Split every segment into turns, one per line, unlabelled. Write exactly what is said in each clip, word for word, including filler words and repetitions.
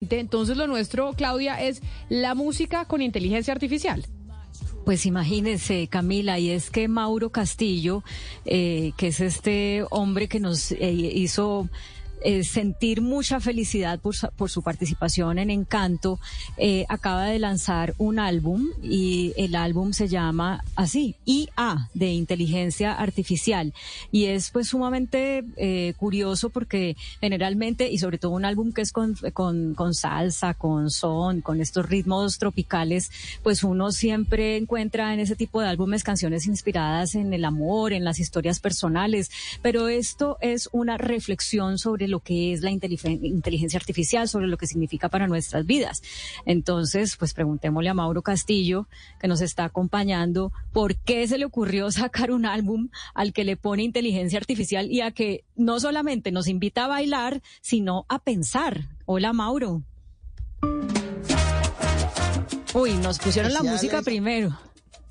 Entonces lo nuestro, Claudia, es la música con inteligencia artificial.
Pues imagínense, Camila, y es que Mauro Castillo, eh, que es este hombre que nos eh, hizo eh, sentir mucha felicidad por, por su participación en Encanto, eh, acaba de lanzar un álbum y el álbum se llama así, I A, de inteligencia artificial, y es pues sumamente eh, curioso porque generalmente, y sobre todo un álbum que es con, con, con salsa, con son, con estos ritmos tropicales, pues uno siempre encuentra en ese tipo de álbumes canciones inspiradas en el amor, en las historias personales, pero esto es una reflexión sobre lo que es la inteligencia artificial, sobre lo que significa para nuestras vidas. Entonces, pues preguntémosle a Mauro Castillo, que nos está acompañando, ¿por qué se le ocurrió sacar un álbum al que le pone inteligencia artificial y a que no solamente nos invita a bailar, sino a pensar? Hola, Mauro. Uy, nos pusieron la música primero.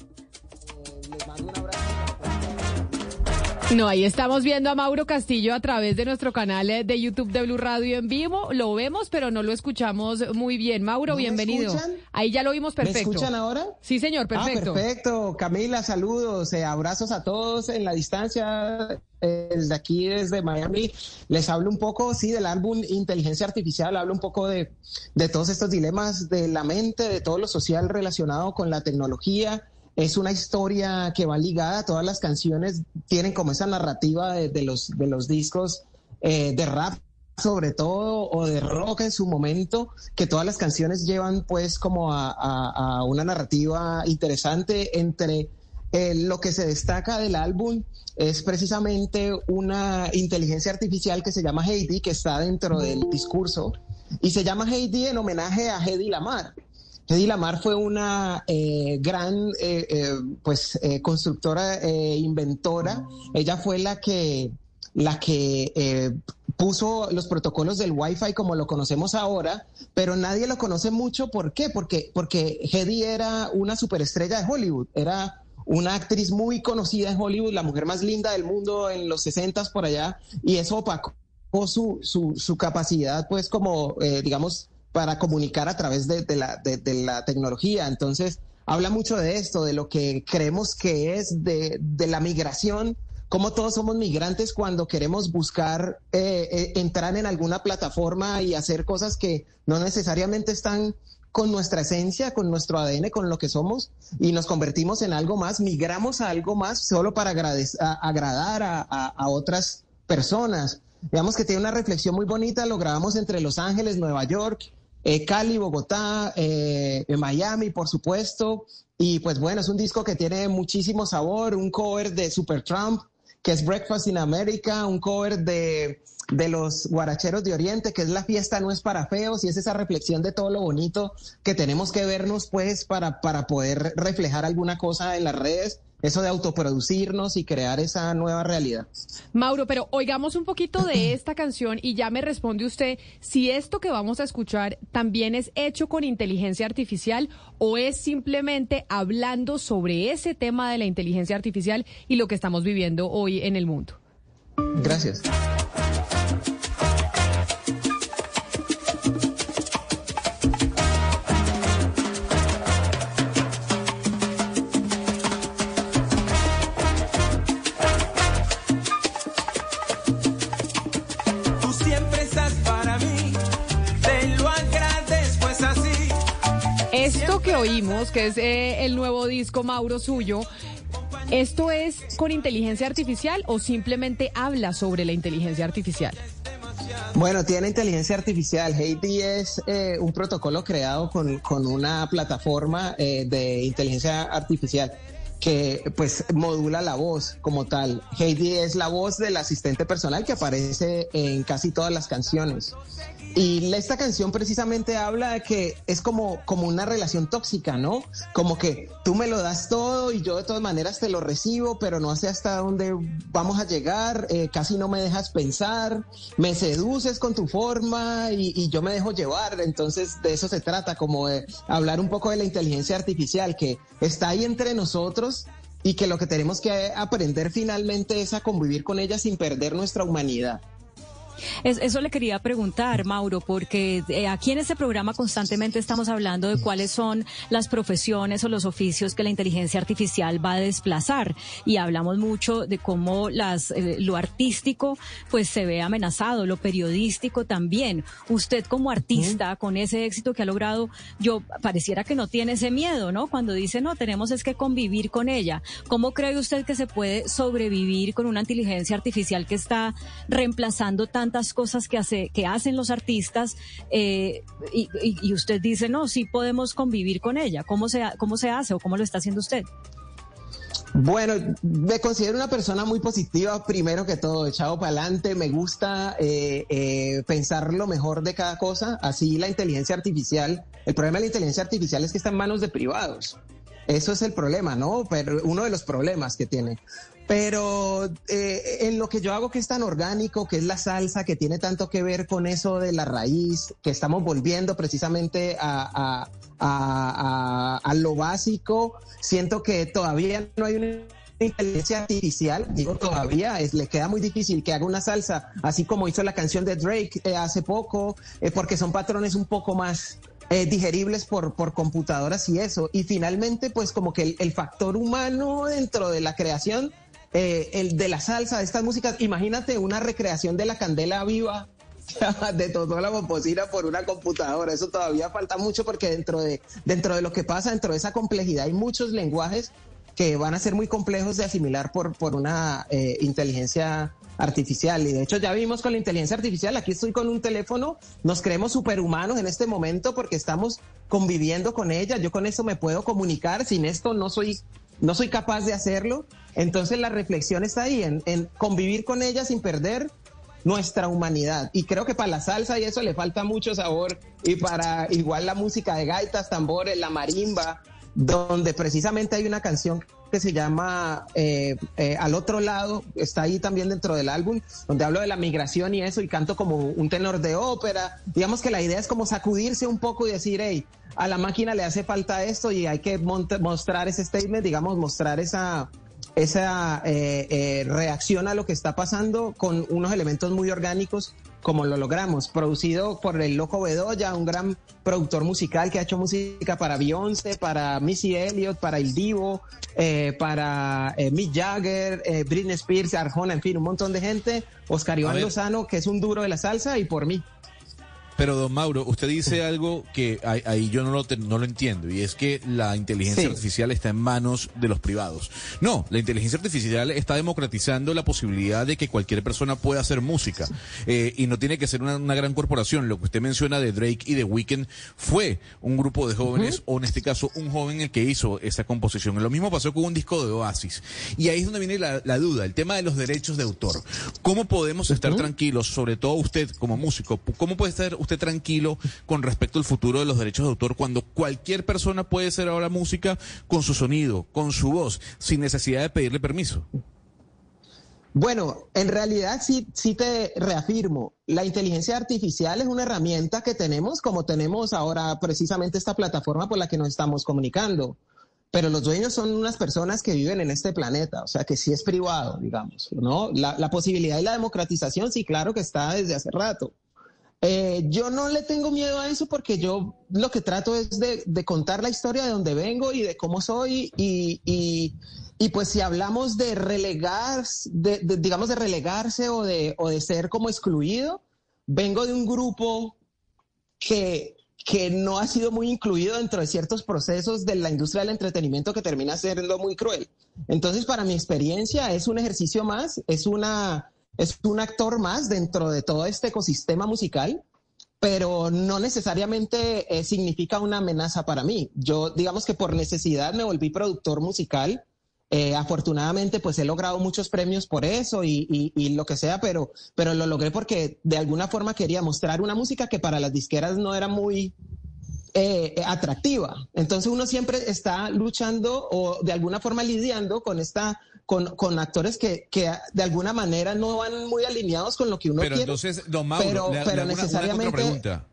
No, ahí estamos viendo a Mauro Castillo a través de nuestro canal de YouTube de Blue Radio en vivo. Lo vemos, pero no lo escuchamos muy bien. Mauro,
¿No
bienvenido.
me escuchan?
Ahí ya lo vimos perfecto.
¿Me escuchan ahora?
Sí, señor, perfecto.
Ah, perfecto. Camila, saludos, eh, abrazos a todos en la distancia. Eh, desde aquí, desde Miami, les hablo un poco, sí, del álbum Inteligencia Artificial, hablo un poco de, de todos estos dilemas de la mente, de todo lo social relacionado con la tecnología. Es una historia que va ligada, todas las canciones tienen como esa narrativa de, de, los, de los discos eh, de rap, sobre todo, o de rock en su momento, que todas las canciones llevan pues como a, a, a una narrativa interesante. Entre eh, lo que se destaca del álbum es precisamente una inteligencia artificial que se llama Heidi, que está dentro del discurso, y se llama Heidi en homenaje a Hedy Lamarr. Hedy Lamarr fue una eh, gran eh, eh, pues, eh, constructora e eh, inventora. Ella fue la que, la que eh, puso los protocolos del Wi-Fi como lo conocemos ahora, pero nadie lo conoce mucho. ¿Por qué? Porque, porque Hedy era una superestrella de Hollywood, era una actriz muy conocida en Hollywood, la mujer más linda del mundo en los sesentas por allá, y eso opacó su, su, su capacidad, pues como, eh, digamos, para comunicar a través de, de, la, de, de la tecnología. Entonces, habla mucho de esto, de lo que creemos que es de, de la migración, cómo todos somos migrantes cuando queremos buscar eh, eh, entrar en alguna plataforma y hacer cosas que no necesariamente están con nuestra esencia, con nuestro A D N, con lo que somos, y nos convertimos en algo más, migramos a algo más solo para agrade- a, agradar a, a, a otras personas. Digamos que tiene una reflexión muy bonita, lo grabamos entre Los Ángeles, Nueva York, Eh, Cali, Bogotá, eh, Miami, por supuesto. Y pues bueno, es un disco que tiene muchísimo sabor, un cover de Supertramp, que es Breakfast in America, un cover de, de los Guaracheros de Oriente, que es La fiesta no es para feos, y es esa reflexión de todo lo bonito que tenemos que vernos pues para, para poder reflejar alguna cosa en las redes. Eso de autoproducirnos y crear esa nueva realidad.
Mauro, pero oigamos un poquito de esta canción y ya me responde usted si esto que vamos a escuchar también es hecho con inteligencia artificial o es simplemente hablando sobre ese tema de la inteligencia artificial y lo que estamos viviendo hoy en el mundo.
Gracias.
Esto que oímos, que es eh, el nuevo disco, Mauro, suyo, ¿esto es con inteligencia artificial o simplemente habla sobre la inteligencia artificial?
Bueno, tiene inteligencia artificial. Heidi es eh, un protocolo creado con, con una plataforma eh, de inteligencia artificial que pues modula la voz como tal. Heidi es la voz del asistente personal que aparece en casi todas las canciones. Y esta canción precisamente habla de que es como, como una relación tóxica, ¿no? Como que tú me lo das todo y yo de todas maneras te lo recibo, pero no sé hasta dónde vamos a llegar, eh, casi no me dejas pensar, me seduces con tu forma y, y yo me dejo llevar. Entonces de eso se trata, como de hablar un poco de la inteligencia artificial que está ahí entre nosotros y que lo que tenemos que aprender finalmente es a convivir con ella sin perder nuestra humanidad.
Es, eso le quería preguntar, Mauro, porque eh, aquí en este programa constantemente estamos hablando de cuáles son las profesiones o los oficios que la inteligencia artificial va a desplazar, y hablamos mucho de cómo las eh, lo artístico pues se ve amenazado, lo periodístico también. Usted como artista, uh-huh. con ese éxito que ha logrado, yo pareciera que no tiene ese miedo, ¿no? Cuando dice, no, tenemos es que convivir con ella. ¿Cómo cree usted que se puede sobrevivir con una inteligencia artificial que está reemplazando tantas cosas que hace que hacen los artistas, eh, y, y, y usted dice, no, sí podemos convivir con ella? ¿Cómo se, cómo se hace o cómo lo está haciendo usted?
Bueno, me considero una persona muy positiva, primero que todo, echado para adelante. Me gusta eh, eh, pensar lo mejor de cada cosa. Así la inteligencia artificial, el problema de la inteligencia artificial es que está en manos de privados. Eso es el problema, ¿no? Pero uno de los problemas que tiene. Pero eh, en lo que yo hago, que es tan orgánico, que es la salsa, que tiene tanto que ver con eso de la raíz, que estamos volviendo precisamente a, a, a, a, a lo básico, siento que todavía no hay una inteligencia artificial, digo todavía, es, le queda muy difícil que haga una salsa, así como hizo la canción de Drake eh, hace poco, eh, porque son patrones un poco más Eh, digeribles por, por computadoras y eso. Y finalmente, pues como que el, el factor humano dentro de la creación, eh, el de la salsa, de estas músicas, imagínate una recreación de la Candela Viva de Totó la Momposina por una computadora. Eso todavía falta mucho, porque dentro de, dentro de lo que pasa, dentro de esa complejidad, hay muchos lenguajes que van a ser muy complejos de asimilar por, por una eh, inteligencia artificial. Y de hecho ya vimos con la inteligencia artificial, aquí estoy con un teléfono, nos creemos superhumanos en este momento porque estamos conviviendo con ella. Yo con eso me puedo comunicar, sin esto no soy, no soy capaz de hacerlo. Entonces la reflexión está ahí, en, en convivir con ella sin perder nuestra humanidad. Y creo que para la salsa y eso le falta mucho sabor, y para igual la música de gaitas, tambores, la marimba, donde precisamente hay una canción que se llama eh, eh, Al Otro Lado, está ahí también dentro del álbum, donde hablo de la migración y eso, y canto como un tenor de ópera. Digamos que la idea es como sacudirse un poco y decir, hey, a la máquina le hace falta esto y hay que mont- mostrar ese statement, digamos, mostrar esa, esa eh, eh, reacción a lo que está pasando con unos elementos muy orgánicos, como lo logramos, producido por el Loco Bedoya, un gran productor musical que ha hecho música para Beyoncé, para Missy Elliott, para El Divo, eh, para eh, Mick Jagger, eh, Britney Spears, Arjona, en fin, un montón de gente, Oscar Iván Lozano, que es un duro de la salsa, y por mí.
Pero, don Mauro, usted dice algo que ahí, ahí yo no lo, no lo entiendo, y es que la inteligencia sí. artificial está en manos de los privados. No, la inteligencia artificial está democratizando la posibilidad de que cualquier persona pueda hacer música, eh, y no tiene que ser una, una gran corporación. Lo que usted menciona de Drake y de Weeknd fue un grupo de jóvenes, uh-huh. o en este caso un joven el que hizo esa composición. Lo mismo pasó con un disco de Oasis, y ahí es donde viene la, la duda, el tema de los derechos de autor. ¿Cómo podemos estar uh-huh. tranquilos, sobre todo usted como músico, cómo puede estar usted tranquilo con respecto al futuro de los derechos de autor cuando cualquier persona puede hacer ahora música con su sonido, con su voz, sin necesidad de pedirle permiso?
Bueno, en realidad sí, sí te reafirmo, la inteligencia artificial es una herramienta que tenemos, como tenemos ahora precisamente esta plataforma por la que nos estamos comunicando, pero los dueños son unas personas que viven en este planeta, o sea que sí es privado, digamos, ¿no? La, la posibilidad y la democratización sí, claro que está desde hace rato. Eh, yo no le tengo miedo a eso, porque yo lo que trato es de, de contar la historia de dónde vengo y de cómo soy, y, y, y pues si hablamos de relegar, de, de, digamos de relegarse o de, o de ser como excluido, vengo de un grupo que, que no ha sido muy incluido dentro de ciertos procesos de la industria del entretenimiento, que termina siendo muy cruel. Entonces, para mi experiencia es un ejercicio más, es una... es un actor más dentro de todo este ecosistema musical, pero no necesariamente eh, significa una amenaza para mí. Yo, digamos que por necesidad me volví productor musical. Eh, afortunadamente, pues he logrado muchos premios por eso y, y, y lo que sea, pero, pero lo logré porque de alguna forma quería mostrar una música que para las disqueras no era muy eh, atractiva. Entonces uno siempre está luchando o de alguna forma lidiando con esta... Con, con actores que, que de alguna manera no van muy alineados con lo que uno
pero
quiere.
Entonces, don Mauro,
pero,
le,
pero
le
necesariamente...
Una, una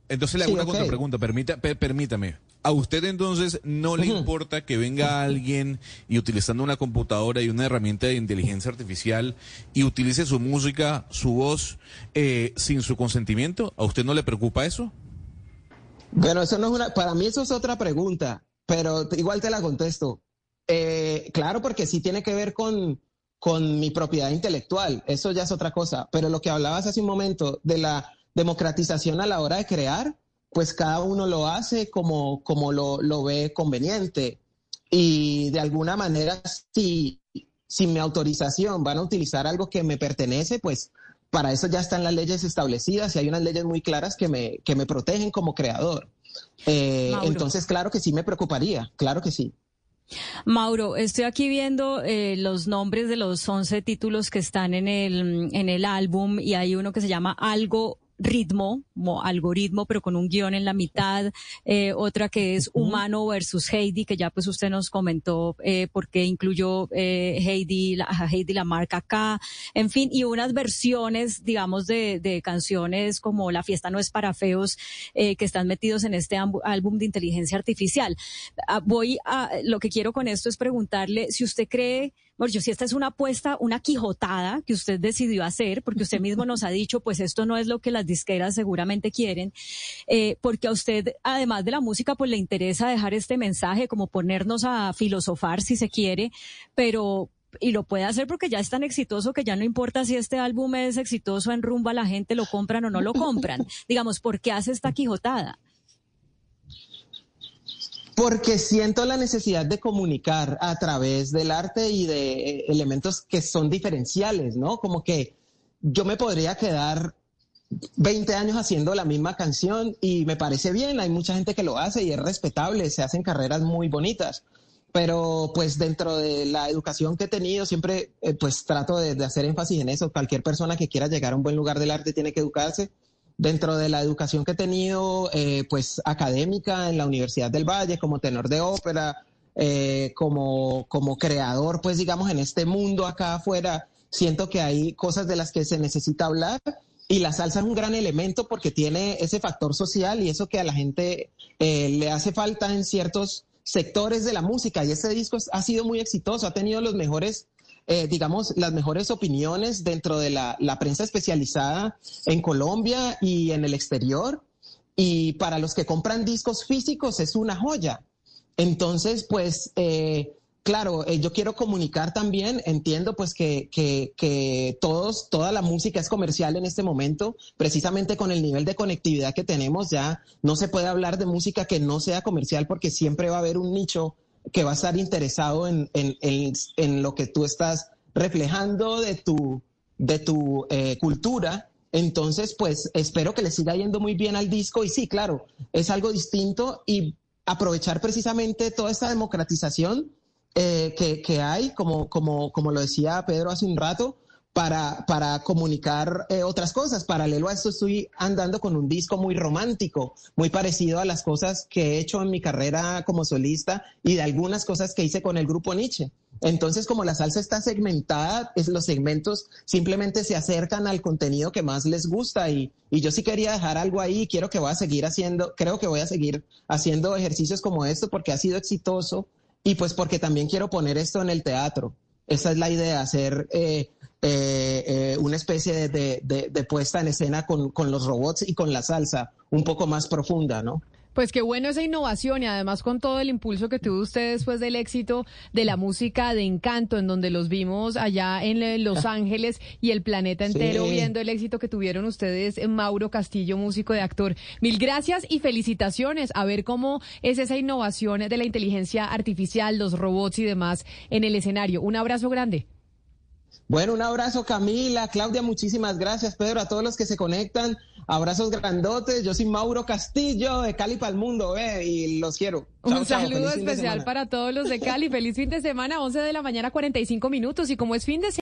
entonces le hago
Sí,
una
ok.
contrapregunta, permita, per- permítame. ¿A usted entonces no le
Ujú.
importa que venga alguien y utilizando una computadora y una herramienta de inteligencia artificial y utilice su música, su voz, eh, sin su consentimiento? ¿A usted no le preocupa eso?
Bueno, eso no es una, para mí eso es otra pregunta, pero t- igual te la contesto. Eh, claro, porque sí tiene que ver con, con mi propiedad intelectual, eso ya es otra cosa, pero lo que hablabas hace un momento de la democratización a la hora de crear, pues cada uno lo hace como, como lo, lo ve conveniente y de alguna manera si sin mi autorización van a utilizar algo que me pertenece, pues para eso ya están las leyes establecidas y hay unas leyes muy claras que me, que me protegen como creador. Eh,
Mauro.
entonces, claro que sí me preocuparía, claro que sí.
Mauro, estoy aquí viendo eh, los nombres de los once títulos que están en el, en el álbum y hay uno que se llama Algo Ritmo, como algoritmo, pero con un guión en la mitad, eh, otra que es Humano versus Heidi, que ya pues usted nos comentó eh, por qué incluyó eh, Heidi, la, a Heidi la marca acá, en fin, y unas versiones, digamos, de, de canciones como La fiesta no es para feos, eh, que están metidos en este ambu- álbum de inteligencia artificial. Ah, voy a, lo que quiero con esto es preguntarle si usted cree, Borjo, si esta es una apuesta, una quijotada que usted decidió hacer, porque usted mismo nos ha dicho, pues esto no es lo que las disqueras seguramente quieren, eh, porque a usted, además de la música, pues le interesa dejar este mensaje, como ponernos a filosofar si se quiere, pero y lo puede hacer porque ya es tan exitoso que ya no importa si este álbum es exitoso en rumba, la gente lo compran o no lo compran. Digamos, ¿por qué hace esta quijotada?
Porque siento la necesidad de comunicar a través del arte y de eh, elementos que son diferenciales, ¿no? Como que yo me podría quedar veinte años haciendo la misma canción y me parece bien, hay mucha gente que lo hace y es respetable, se hacen carreras muy bonitas, pero pues dentro de la educación que he tenido siempre eh, pues trato de, de hacer énfasis en eso, cualquier persona que quiera llegar a un buen lugar del arte tiene que educarse. Dentro de la educación que he tenido, eh, pues académica en la Universidad del Valle, como tenor de ópera, eh, como, como creador, pues digamos, en este mundo acá afuera, siento que hay cosas de las que se necesita hablar y la salsa es un gran elemento porque tiene ese factor social y eso que a la gente eh, le hace falta en ciertos sectores de la música. Y este disco ha sido muy exitoso, ha tenido los mejores... Eh, digamos, las mejores opiniones dentro de la, la prensa especializada en Colombia y en el exterior. Y para los que compran discos físicos es una joya. Entonces, pues, eh, claro, eh, yo quiero comunicar también, entiendo pues que, que, que todos, toda la música es comercial en este momento, precisamente con el nivel de conectividad que tenemos ya no se puede hablar de música que no sea comercial porque siempre va a haber un nicho que va a estar interesado en, en, en, en lo que tú estás reflejando de tu, de tu eh, cultura. Entonces, pues espero que le siga yendo muy bien al disco y sí, claro, es algo distinto y aprovechar precisamente toda esta democratización eh, que, que hay, como, como, como lo decía Pedro hace un rato, para, para comunicar eh, otras cosas. Paralelo a esto estoy andando con un disco muy romántico, muy parecido a las cosas que he hecho en mi carrera como solista y de algunas cosas que hice con el grupo Nietzsche. Entonces, como la salsa está segmentada, es, los segmentos simplemente se acercan al contenido que más les gusta y, y yo sí quería dejar algo ahí, quiero que voy a seguir haciendo, creo que voy a seguir haciendo ejercicios como esto porque ha sido exitoso y pues porque también quiero poner esto en el teatro. Esa es la idea, hacer eh, eh, eh, una especie de, de, de, de puesta en escena con, con los robots y con la salsa un poco más profunda, ¿no?
Pues qué bueno esa innovación y además con todo el impulso que tuvo usted después del éxito de la música de Encanto, en donde los vimos allá en Los Ángeles y el planeta entero
Sí.
viendo el éxito que tuvieron ustedes, Mauro Castillo, músico de actor. Mil gracias y felicitaciones. A ver cómo es esa innovación de la inteligencia artificial, los robots y demás en el escenario. Un abrazo grande.
Bueno, un abrazo Camila, Claudia, muchísimas gracias, Pedro, a todos los que se conectan, abrazos grandotes, yo soy Mauro Castillo de Cali para el mundo, eh, y los quiero. Chao,
Un
chao,
saludo
feliz fin de
especial
semana.
para todos los de Cali, feliz fin de semana, once de la mañana, cuarenta y cinco minutos, y como es fin de semana,